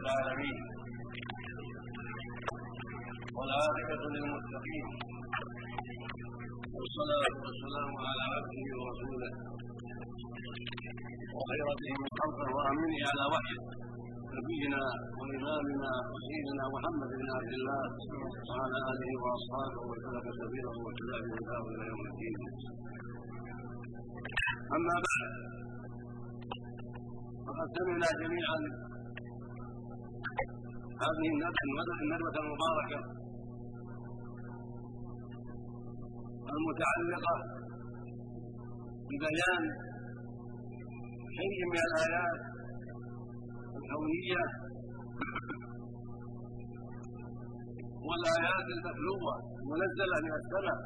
العالمين، والعاقبة للمتقين، والصلاة والسلام على عبده ورسوله وخيرته من خلقه وأمنه على وحيه نبينا وإمامنا وسيدنا محمد بن عبد الله وعلى آله وأصحابه وسلك سبيله واتباع هداه إلى يوم الدين. أما بعد، فقد سمعنا جميعا هذه الندوة المباركة المتعلقة ببيان شيء من الآيات الكونية والآيات المتلوة المنزلة من السماء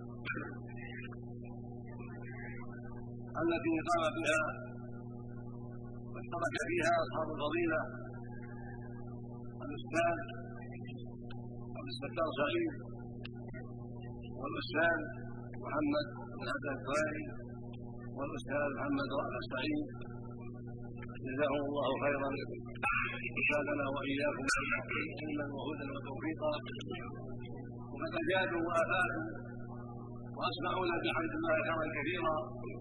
التي قام بها واشترك فيها أصحاب الفضيلة الأستاذ عبد الستار سعيد والأستاذ محمد بن عبد الدوائي والأستاذ محمد رأفت سعيد، جزاهم الله خيرا وزادنا وإياكم علما وهدى وتوفيقا. وقد أجادوا وأفادوا وأسمعونا بحمد الله خيرا كثيرا،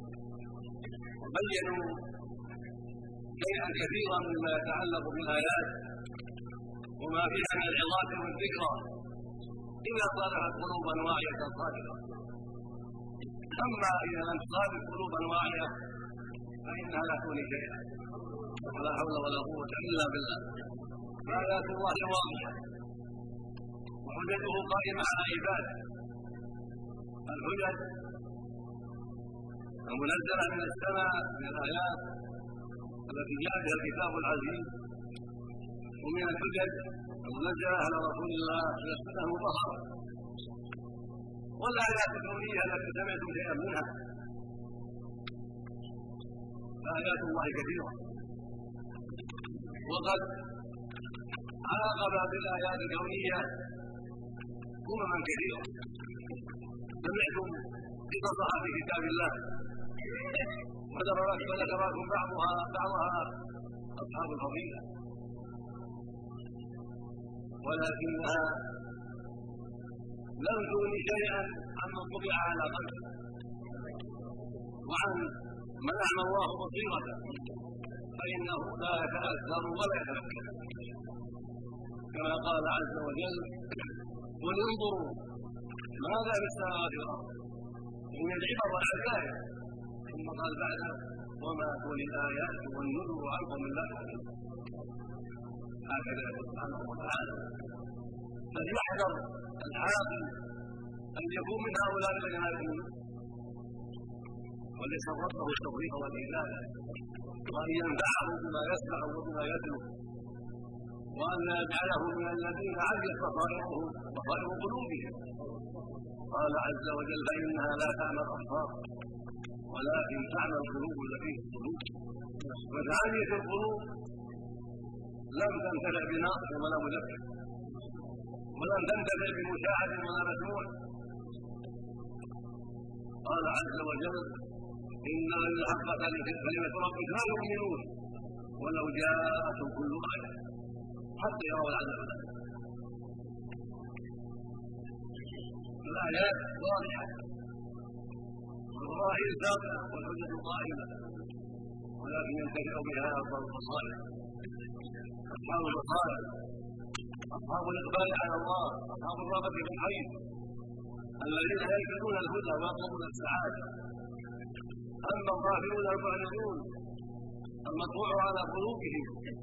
وبينوا شيئا كثيرا مما يتعلق بالآيات وما فيها من العظات والذكرى إذا صالحت قلوبا واعية صادقة. أما إذا لم تصادف قلوبا واعية فإنها لا تغني شيئا، ولا حول ولا قوة إلا بالله. فآيات الله واضحة وحجته قائمة على عباده، الحجج المنزلة من السماء من الآيات التي جاء بها الكتاب العزيز، ومن الحجج المنزلة على رسول الله السنة المطهرة، والآيات الكونية التي سمعتم شيئا منها. فآيات الله كثيرة، وقد عاقب بالآيات الكونية أمما كثيرة. سمعتم قصصها في كتاب الله وذكركم بعضها أصحاب الفضيلة، ولكنها لم تغني شيئا عمن طبع على قلبه وعن من أعمى الله بصيرته، فإنه لا يتأثر ولا يتذكر، كما قال عز وجل: قل انظروا ماذا في السماوات والأرض إن العبر والعزائم، ثم قال بعده: وما تولي الآيات والنذر عن قوم لا يؤمنون. هكذا سبحانه وتعالى. فليحذر العاقل أن يكون من هؤلاء الذين لا يؤمنون، وليس ربه التفريط والإذلال، وأن ينفعه بما يسمع وبما يتلو، وأن لا يجعله من الذين عميت بصائر قلوبهم. قال عز وجل: فإنها لا تعمى الأبصار ولكن تعمى القلوب التي في الصدور. فتعمية القلوب لم تنتفع بناصح ولا مذكر، ولم تنتفع بمشاهد ولا مسموع. قال عز وجل: إن الذين حقت كلمة ربك لا يؤمنون ولو جاءتهم كل آية حتى يروا العذاب الأليم. الآيات واضحة والبراهين سابقة والحجة قائمة، ولكن ينتفع بها أصحاب البصائر، أصحاب البصائر، أصحاب الإقبال على الله، أصحاب الرغبة في الخير، الذين يجدون الهدى ويطلبون السعادة. أما الغافلون المعرضون المطبوع على قلوبهم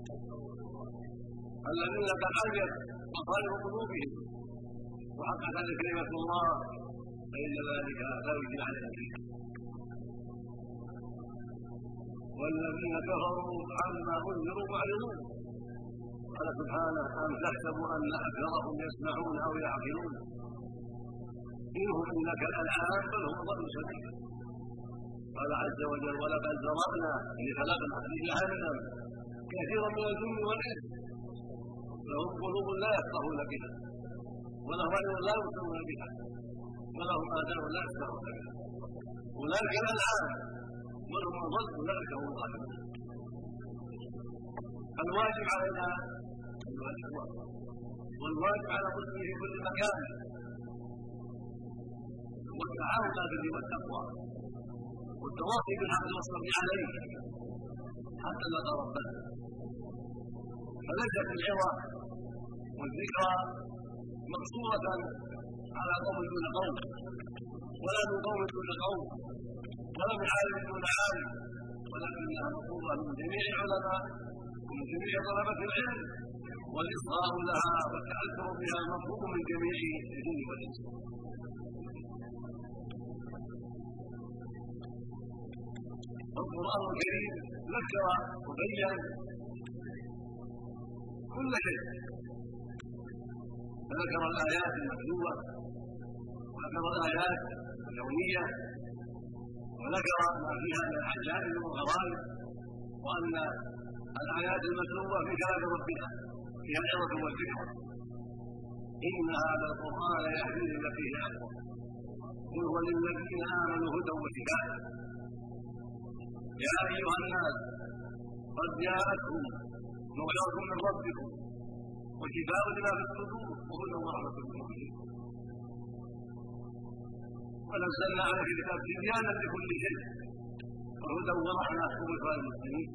الذين قد عميت بصائر قلوبهم وحقت عليه كلمة الله، فإن ذلك لا يجري عليهم شيء. والذين كفروا عما أنذروا معرضون. قال سبحانه: أم تحسبوا أن أكثرهم يسمعون أو يعقلون إنهم إلا كالأنعام بل هم أضل سبيلا. قال عز وجل: ولقد ذرأنا لخلقنا لجهنم كثيرا من الجن والإنس لهم قلوب لا يفقهون بها ولهم أعين لا يبصرون بها ولهم آذان لا يسمعون بها أولئك الأنعام بل هم أضل أولئك هم الغافلون. الواجب علينا ايها الاخوه. والواجب على المسلم في كل مكان والتعاون على البر والتقوى والتواصي بالحق والصبر عليه حتى نلقى ربنا. فليست العظه والذكرى مقصوره على قوم دون قوم، ولا من قوم دون قوم، ولا من عالم دون عالم، ولكنها مطلوبه من جميع العلماء ومن جميع طلبه العلم، والاصغاء لها والتاثر بها مطلوب من جميع الجن والانس. القران الكريم ذكر وبين كل شيء، فذكر الايات المتلوه وذكر الايات الكونيه وذكر ما فيها من العجائب والغرائب، وان الايات المتلوه في كلام ربنا فيها العظه والذكر. ان هذا القران يهدي للتي هي اقوم، قل هو للذين امنوا هدى وشفاء. يا ايها الناس قد جاءتكم موعظه من ربكم وشفاء لما في الصدور وهدى ورحمه للمؤمنين. ونزلنا عليك الكتاب تبيانا لكل شيء وهدى ورحمه وبشرى للمسلمين.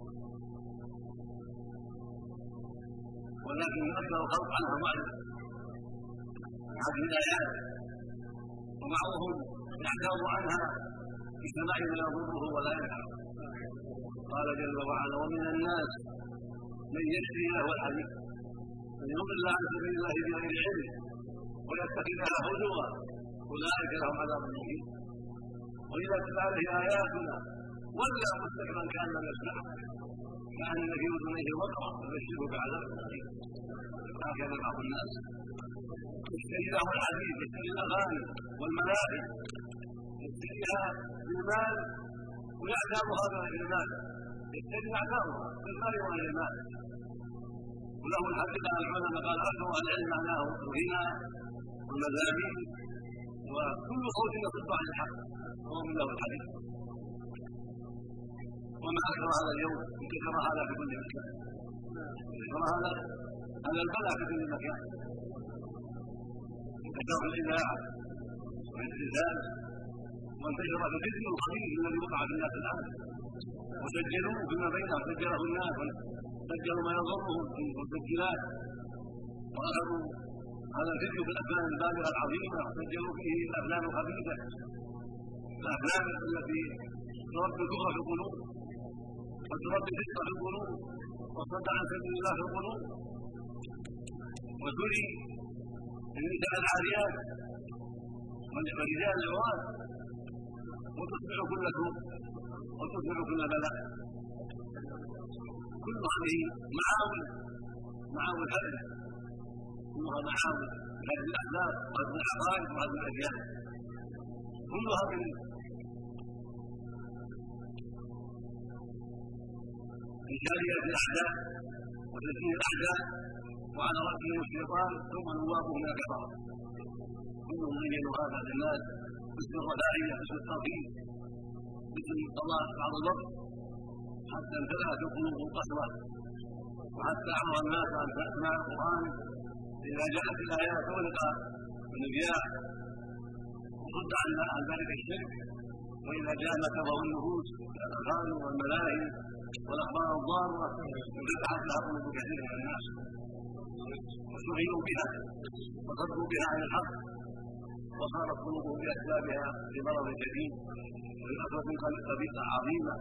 ولكن اكثر الخلق عنها معرض هذه الايات، وبعضهم يعتاض عنها بسماع ما يضره ولا ينفعه. قال جل وعلا: ومن الناس من يشري له الحديث فيضل عن سبيل الله بغير علم ويتخذها هزوا اولئك لهم عذاب مهين. واذا تتلى عليه اياتنا ولى مستكبرا كان لم يسمعها كان في اذنيه وقرا فبشره بعذاب مهين. هكذا بعض الناس يشتري له الحديث، يشتري الاغاني والملاهي، يشتريها بالمال ويعتابها بغير المال، يشتري اعتابها بالمال وغير المال. وله الحقيقه العلماء قال اكثر اهل العلم معناه الغنى والمزامير وكل صوت يصد عن الحق هو من له الحديث. وما اكثر هذا اليوم انتشر هذا في كل مكان، انتشر هذا البلاء في كل مكان، انتشر الاذاعه والانتزاز، وانتشر الفتن الخبيث الذي وقع في الناس الان، وسجلوه فيما بينهم، سجله الناس سجلوا ما يضرهم في المسجلات، واخذوا هذا الفيديو في الافلام البالغه العظيمه وسجلوا فيه الافلام الخبيثه، الافلام التي تربي الكفر في القلوب وتربي الفسق في القلوب وصد عن سبيل الله في القلوب، وتري النساء العاريات والرجال العواد، وتصبح كل سوء وتصبح كل بلاء. كل هذه معاول هدم، كلها معاول هدم الاخلاق وهدم العقائد وهدم الاديان، كلها من شريعه الاعداء وتسميه الاعداء وعلى راسهم الشيطان ثم نوابه من الكفره. كلهم زينوا هذا للناس باسم الرفاهيه، باسم الترفيه، باسم قضاء بعض الوقت، حتى امتلأت القلوب قسوة، وحتى امر الناس ان تسمع القران اذا جاءت الايات اغلق النبياء وصد عن ذلك الشرك، واذا جاء ما تبغ النفوس الاغاني والملاهي والاخبار الضاره انفتحت لها قلوب كثير من الناس وشغلوا بها وصدوا بها عن الحق، وصارت قلوبهم باسبابها في مرض شديد وفي قسوه قبيحه عظيمه.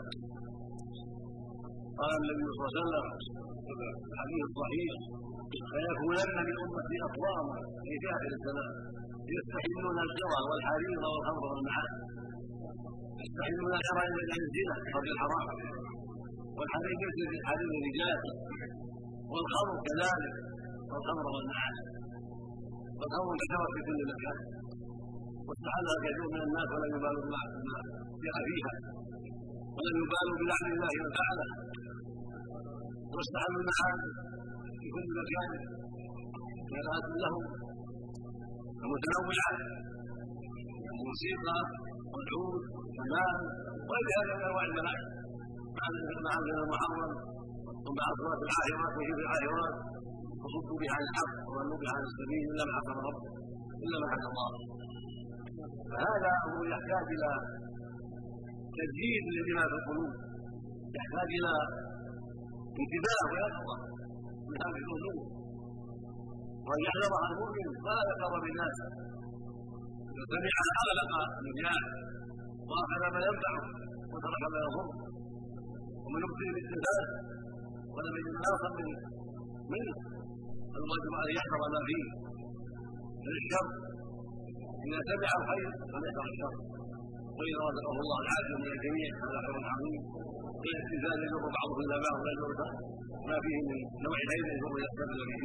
قال النبي صلى الله عليه وسلم في الحديث الصحيح: فيكونن لامتي اقوام في اخر الزمان يستحلون الجوى والحرير والخمر والمعاد. يستحلون الحرائر عن الزنا رضي الحرام، والحرير يجري في حرير الرجال، والخمر كذلك، والخمر والمعاد. والخمر انتشرت في كل مكان واستحلها كثير من الناس ولم يبالوا بما جاء فيها، ولم يبالوا بلعن الله من فعله، واستحلوا المعاد في كل مكان كانت لهم متنوعه، الموسيقى والعود والمال وغير هذا من انواع الملاعب مع الغنى المحرم ومع اصوات العاهرات وشبه العاهرات وصدوا به عن الحق وظنوا به عن السبيل الا من عصم ربه الا من عصم الله. فهذا امر يحتاج الى تجديد للإيمان في القلوب، يحتاج الى انتباه ويقظه من هذه الذنوب، وان يحذرها المؤمن فلا يقر بالناس، اذا سمع اغلق النجاح واخذ ما ينفعه وترك ما يضر، ومن يبطل الاستنفاذ ولم يجد ناصا منه الواجب ان يحذر ما فيه من الشر. اذا سمع الخير فليحذر الشر، واذا رزقه الله العافيه من الجميع هذا خير عظيم. والاستنزال يضر بعضه الى بعض ولا يضر ما فيه من نوع خير يضر يستمر به.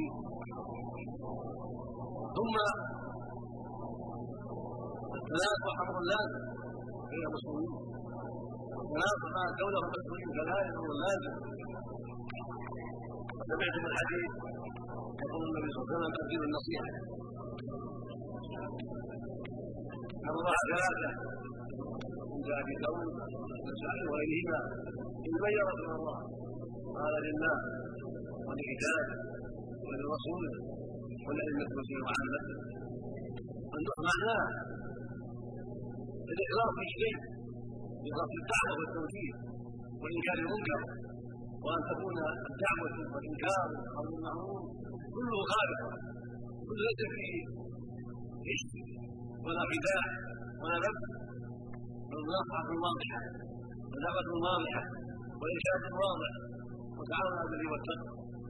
ثم الثلاث وحمر لازم بين المسلمين، الثلاث مع كونهم مسلمين كذلك امر لازم. وسمعت من الحديث يقول النبي صلى الله عليه وسلم تبديل النصيحه امرها ثلاثه من جاء بقول والسعي وغيرهما من يا رسول الله قال لله ولكتابه ولرسوله ولأئمة المسلمين وعامته. معناه الإخلاص في الشيء، الإخلاص في الدعوة والتوجيه وإنكار المنكر، وأن تكون الدعوة والإنكار والقول بالمعروف كله خالصا، كله ليس فيه غش ولا خداع ولا لبس، بل نصحة واضحة ودعوة واضحة وإرشاد واضح وتعاون على البر والتقوى.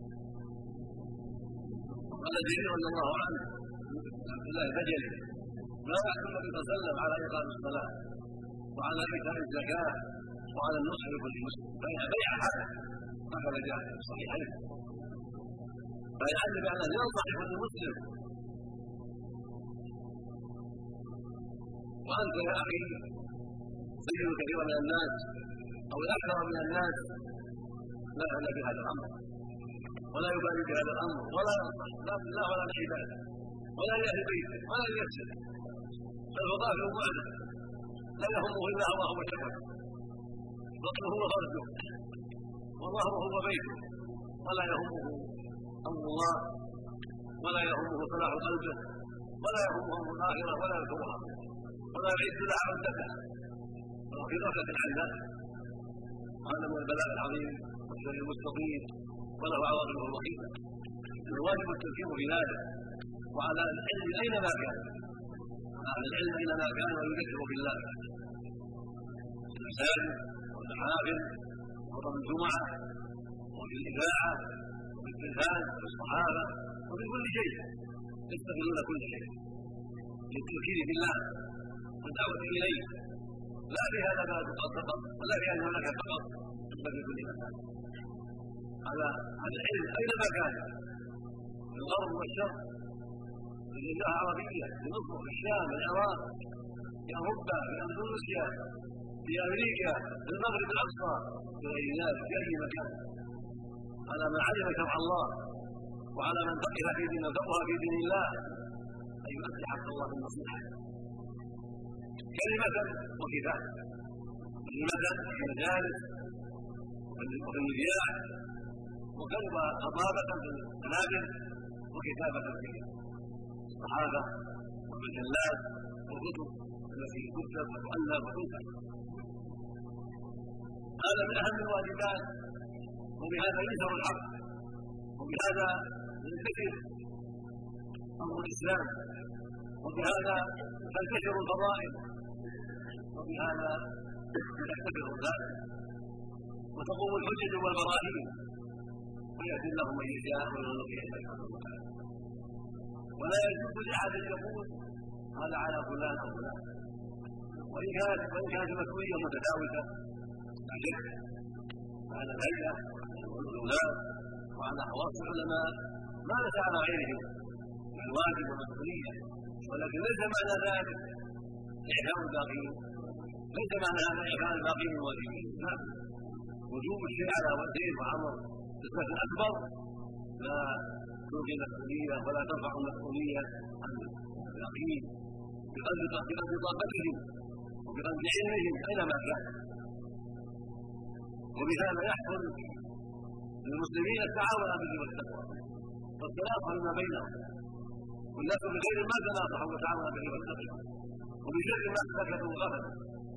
قال جرير رضي الله عنه عبد الله البجلي ما وعد النبي صلى الله عليه وسلم على إقام الصلاة وعلى إيتاء الزكاة وعلى النصح لكل مسلم بيع هذا هكذا جاء في الصحيحين. فيعني بأنه ينصح كل مسلم. وأنت يا أخي تجد كثيرا من الناس أو الأكثر من الناس لا يعنى بهذا الأمر ولا يبالي بهذا الأمر ولا ينصح لا بالله ولا لعباده ولا لأهل بيته ولا لنفسه، بل هو غافل معرض لا يهمه إلا هواه وشهوته، بطنه وخرجه وظهره وبيته، ولا يهمه أمر الله ولا يهمه صلاح قلبه ولا يهمه أمر الآخرة ولا يذكرها ولا يعد لها عدتها وهو في غفلة عن ذلك. وهذا من البلاء العظيم والشر المستطيل وله عواقبه الوخيمة. الواجب التفكير في ذلك وعلى العلم أينما كان، على العلم أينما كان ويذكر بالله في المساجد والمحافل وخطب الجمعة وفي الإذاعة وفي التلفاز وفي الصحابة وفي كل شيء يستغلون كل شيء للتذكير بالله والدعوة إليه، لا في هذا بلد فقط ولا في هذه المملكة فقط بل في كل مكان. على العلم أينما كان في الغرب والشرق، في الجزيرة العربية، في مصر، في الشام، في العراق، في أوروبا، في أندونيسيا، في أمريكا، في المغرب الأقصى، في غير ذلك، في أي مكان، على من علم شرع الله وعلى من فقه في دين فقه في دين الله أن يؤدي حق الله بالنصيحة كلمة وكفاية، كلمة في المجالس وفي المذياع، وكلمة خطابة في المنابر، وكتابة في الصحافة وفي المجلات والكتب التي تكتب وتؤلف وتنشر. هذا من أهم الواجبات، وبهذا ينشر الحق، وبهذا ينتشر أمر الإسلام، وبهذا تنتشر الفضائل، وبهذا يحتفظ الناس وتقوم الحجج والبراهين ويأتي الله من يشاء ويغلق يشاء، ولا يجوز لأحد يقول هذا على فلان أو فلان، وإن كانت المسؤولية متفاوتة لا شك على الهيئة والولاة وعلى خواص العلماء ما ليس على غيرهم من الواجب والمسؤولية، ولكن ليس معنى ذلك إعفاء الباقين، ليس معنى هذا إعفاء الباقين من واجبهم، لا، وجوب الشيء على وجهه وأمر نسبة أكبر لا تلغي المسؤولية ولا ترفع المسؤولية عن الباقين بقدر طاقتهم وبقدر علمهم أينما كان. وبهذا يحصل للمسلمين التعاون على البر والتقوى والتناصح فيما بينهم، والناس بخير ما تناصحوا وتعاونوا به واتقوا، وبشر ما سكتوا وغفلوا.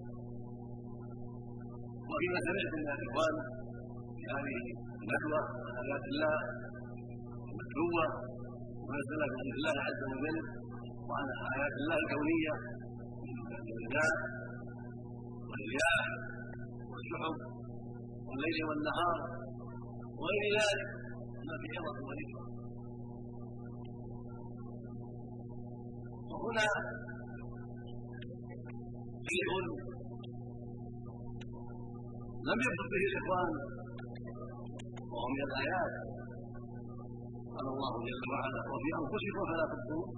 وفيما سمعت من الاخوان في هذه الندوه عن ايات الله المتلوه ونزل بإذن الله عز وجل، وعن آيات الله الكونية من الرجال والرياح والسحب والليل والنهار وغير ذلك ما في عظة وذكر. وهنا شيء لم يقصد به الإخوان وهو من الآيات. قال الله جل وعلا: وفي أنفسكم فلا تبصرون.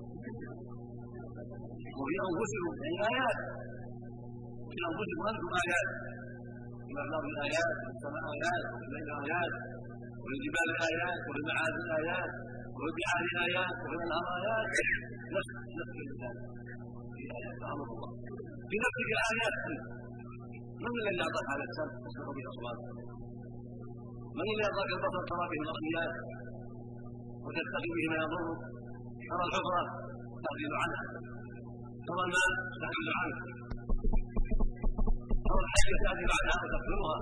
وفي أنفسكم يعني آيات، في أنفسكم أنتم آيات، في الأرض آيات، وفي السماء آيات، وفي الليل آيات، وفي الجبال آيات، وفي المعادن آيات، وفي البحار آيات، وفي الأنهار آيات. نفس الإنسان في آيات أمر الله في نفسك آيات. من الذي أعطاك هذا السمع تسمع به أصوات؟ من الذي أعطاك البصر ترى به المرئيات وتتقي به ما يضرك؟ ترى الحفرة تعدل عنها، ترى الماء تعدل عنه، ترى الحية تعدل عنها وتقتلها،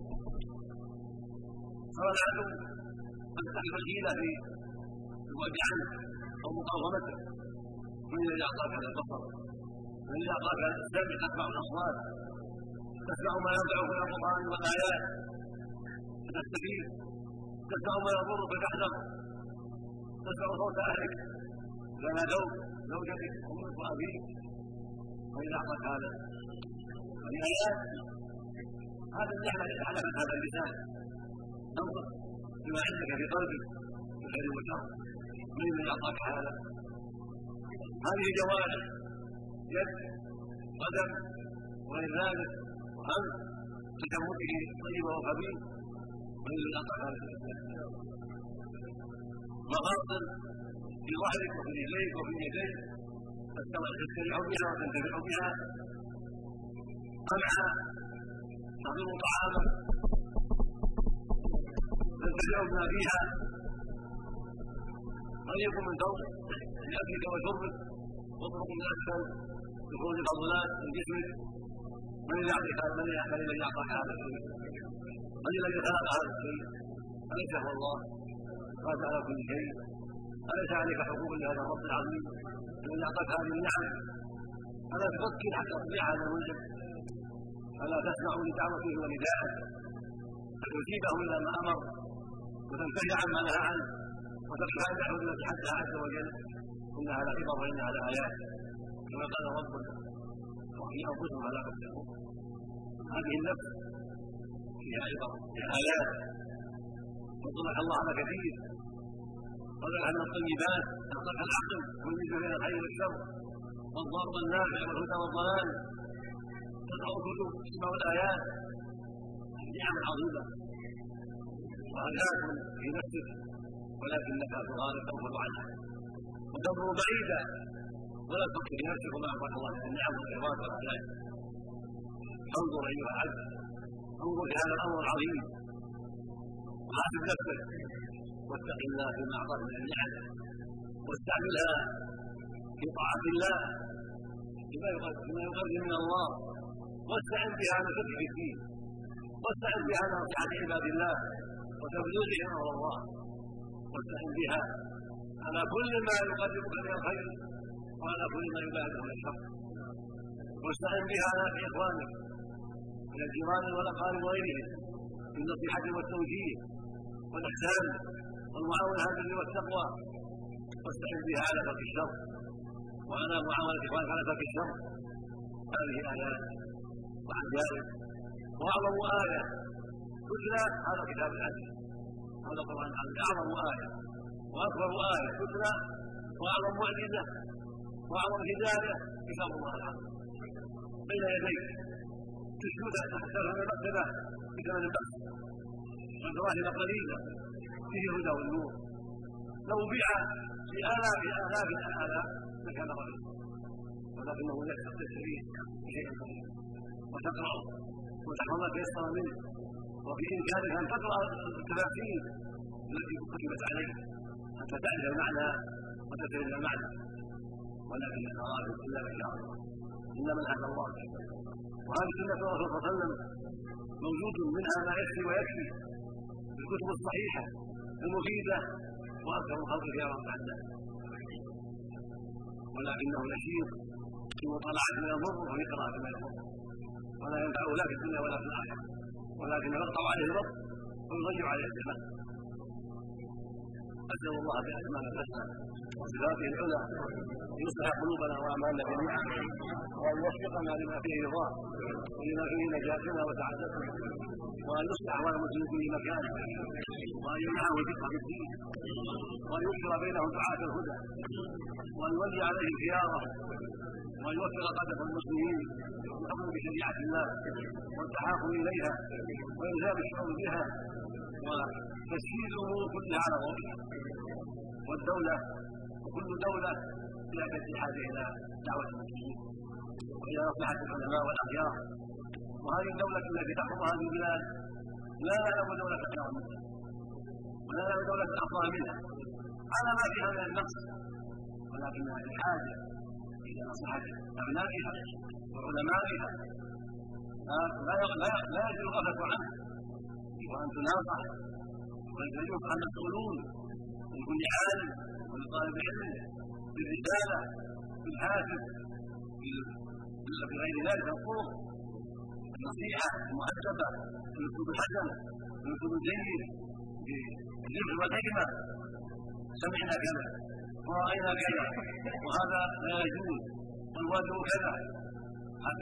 ترى العدو أن تحمل الحيلة في الوجه عنه أو مقاومته. من الذي أعطاك هذا البصر؟ من الذي أعطاك هذا السمع تسمع الأصوات، تسمع ما ينفعك من القرآن والآيات فتستفيد، تسمع ما يضرك فتحذر، تسمع صوت أهلك إذا نادوك، زوجتك أمك وأبيك. وإذا أعطاك هذا هذه آيات. هذا النعمة حلفت هذا اللسان، انظر بما عندك في قلبك من خير وشر. من الذي أعطاك هذا؟ هذه جوارح، يد، قدم، وغير ذلك، وأنف تجمده طيب وخبيث. من الذي أعطاك هذا؟ مغاصل في ظهرك وفي رجليك وفي يديك تستريح بها وتنتفع بها. أمعاء تهضم طعامك تنتفع بما فيها. طريق من فوق لأكلك وشربك، وطرق من أسفل لخروج الفضلات من جسمك. من الذي أعطاك هذا؟ من الذي أعطاك هذا الشيء؟ من الذي خلق هذا الشيء؟ أليس هو الله قادر على كل شيء؟ أليس عليك حقوق لهذا الرب العظيم الذي أعطاك هذه النعم؟ ألا تفكر حتى تطيع هذا المنعم؟ ألا تسمع لدعوته ونداءه فتجيبه إلى ما أمر وتنتهي عما نهى عنه وتقف عن دعوة التي حدها عز وجل؟ إنها لعبر وإنها لآيات كما قال ربنا: وفي أنفسهم فلا تبصرون. هذه النفس فيها عبر، فيها آيات. وصلح الله على كثير، صلح من الطيبات، أعطاك العقل والميز بين الخير والشر والضار والنافع والهدى والضلال. تقرأ الكتب تسمع الآيات، نعم عظيمة وآيات في نفسك، ولكنك تغارق تغفل عنها وتمر بعيدا ولا تفكر في نفسك وما أعطاك الله من النعم والخيرات والآيات. انظر أيها العبد، انظر في هذا الأمر العظيم وحاسب نفسك واتق الله فيما أعطاك من النعم واستعملها في طاعة الله بما يقرب من الله، واستعن بها على فتح الدين، واستعن بها على نصيحة عباد الله وتبليغهم امر الله، واستعن بها على كل ما يقربك من الخير وعلى كل ما يبعدك من الشر، واستعن بها على اخوانك من الجيران والاقارب وغيرهم بالنصيحة والتوجيه والاحسان والمعاونة على البر والتقوى، واستعن بها على ترك الشر وعلى معاونة اخوانك على ترك الشر. هذه آيات وعجائب. واعظم آية تتلى هذا كتاب العزيز، هذا القرآن العظيم اعظم آية واكبر آية تتلى واعظم معجزة واعظم هداية كتاب الله العظيم بين يديك تسجد تحترم المكتبة بثمن البحث والدراهم قليلة فيه الهدى والنور. لو بيع في آلاف الآلاف لكان رخيصا، ولكنه تشتريه بشيء قليل وتقرأه وتحفظ ما تيسر منه، وفي إمكانك أن تقرأ التفاسير التي كتبت عليك حتى تعرف المعنى وتتبع المعنى، ولكن الغالب الا بالشرع الا من هدى الله. وهذه سنه الرسول صلى الله عليه وسلم موجود منها ما يكفي ويكفي في الكتب الصحيحه المفيده، واكثر الخلق فيها وتعدى، ولكنه نشيط في مطالعه ما يضر وفي قراءه ما يضر، ولا ينفعه لا في الدنيا ولا في الاخره، ولكن يقطع عليه الرب ويضيع عليه السماء. اسال الله باسمائه الحسنى وصفاته العلى ان يصلح قلوبنا واعمالنا جميعا، وان يوفقنا لما فيه رضاه ولما فيه نجاتنا وسعادتنا، وان يصلح احوال المسلمين في كل مكان، وان يمنعهم الفقه في الدين، وان ينشر بينهم دعاة الهدى، وان يولي عليهم خياره، وان يوفق قاده المسلمين والامر بشريعه الله والتحاكم اليها والزام الشعور بها وتسهيل الامور كلها على ضوئها. والدوله وكل دوله فيها كالاتحاد الى دعوه المسلمين والى مصلحه العلماء والاخيار، وهذه الدوله التي تحكم هذه البلاد لا نعلم دوله خير منها ولا نعلم دوله افضل منها على ما فيها من النقص، ولكنها في حاجه الى مصلحه ابنائها وعلمائها لا يجوز الغفله عنها، وان تناصح وينصح المسؤولون من كل عالم ومن طالب علم بالرساله بالحافز بغير ذلك الطرق النصيحه المؤدبه بالاسلوب الحسن بالاسلوب الجيد بالذكر والحكمه. سمعنا كذا وراينا كذا وهذا لا يجوز والواجب كذا، هذا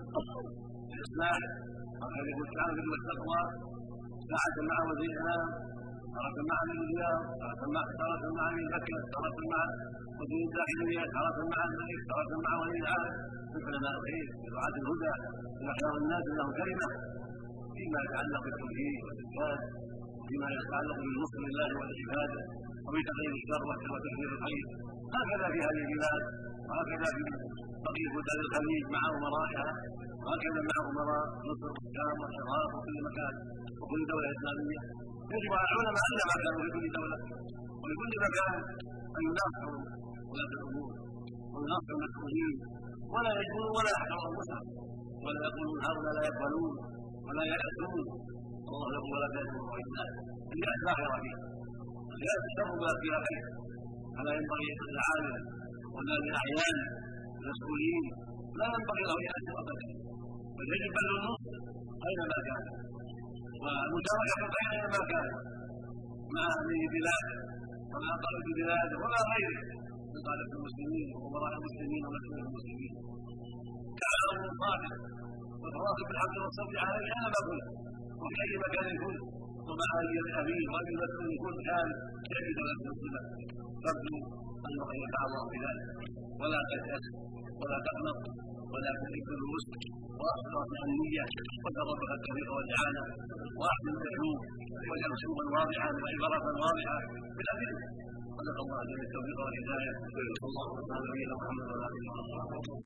الاصلاح وهذا يقول تعالى بالتقوى والتقوى ساعة مع وزير الإعلام، تارة مع أمير الرياض، تارة مع أمير مكة، تارة مع وزير الداخلية، تارة مع الملك، تارة مع ولي العهد، من علماء الخير ودعاة الهدى من أخيار الناس لهم كلمة فيما يتعلق بالتوحيد والإرشاد، فيما يتعلق بالنصر لله والعبادة وبتقليل الشر وتكبير الخير. هكذا في هذه البلاد وهكذا في بقية بلدان الخليج مع أمرائها، وهكذا مع أمراء مصر والشام والعراق وكل مكان وكل دولة إسلامية. يجب على العلماء أن ما كانوا في كل دولة ولكل مكان أن يناصحوا ولاة الأمور ويناصحوا المسؤولين، ولا يجبروا ولا يحقروا أنفسهم ولا يقولون هؤلاء لا يقبلون ولا يأسون. الله له ولا تأسوا إلا اليأس لا خير فيه، اليأس شر ولا فيها خير. فلا ينبغي للعالم ولا للأعيان المسؤولين لا ينبغي له يأس أبدا، بل يجب بذل النصح أينما كان والمشاركة أينما كان مع أهل بلاده ومع قادة بلاده ومع غيره من قادة المسلمين وأمراء المسلمين ومسؤولين المسلمين. كان الأمر صادق والتواصي بالحق والصبر عليه أينما كنت وفي أي مكان كنت، ومع أهل الأمين وأبي المسؤول كل كان يجد ولا تنصبه. ترجو أن ينفع الله بذلك ولا تيأس ولا تقنط ولكن اكثر الوسط واحسن النية وتربح التوفيق والإعانة واحسن الاسلوب واجعل اسلوبا واضحا وعبارة واضحة بالأدلة. صدق الله جل التوفيق والهداية. صلى الله عليه وسلم نبينا محمد وعلى آله وصحبه.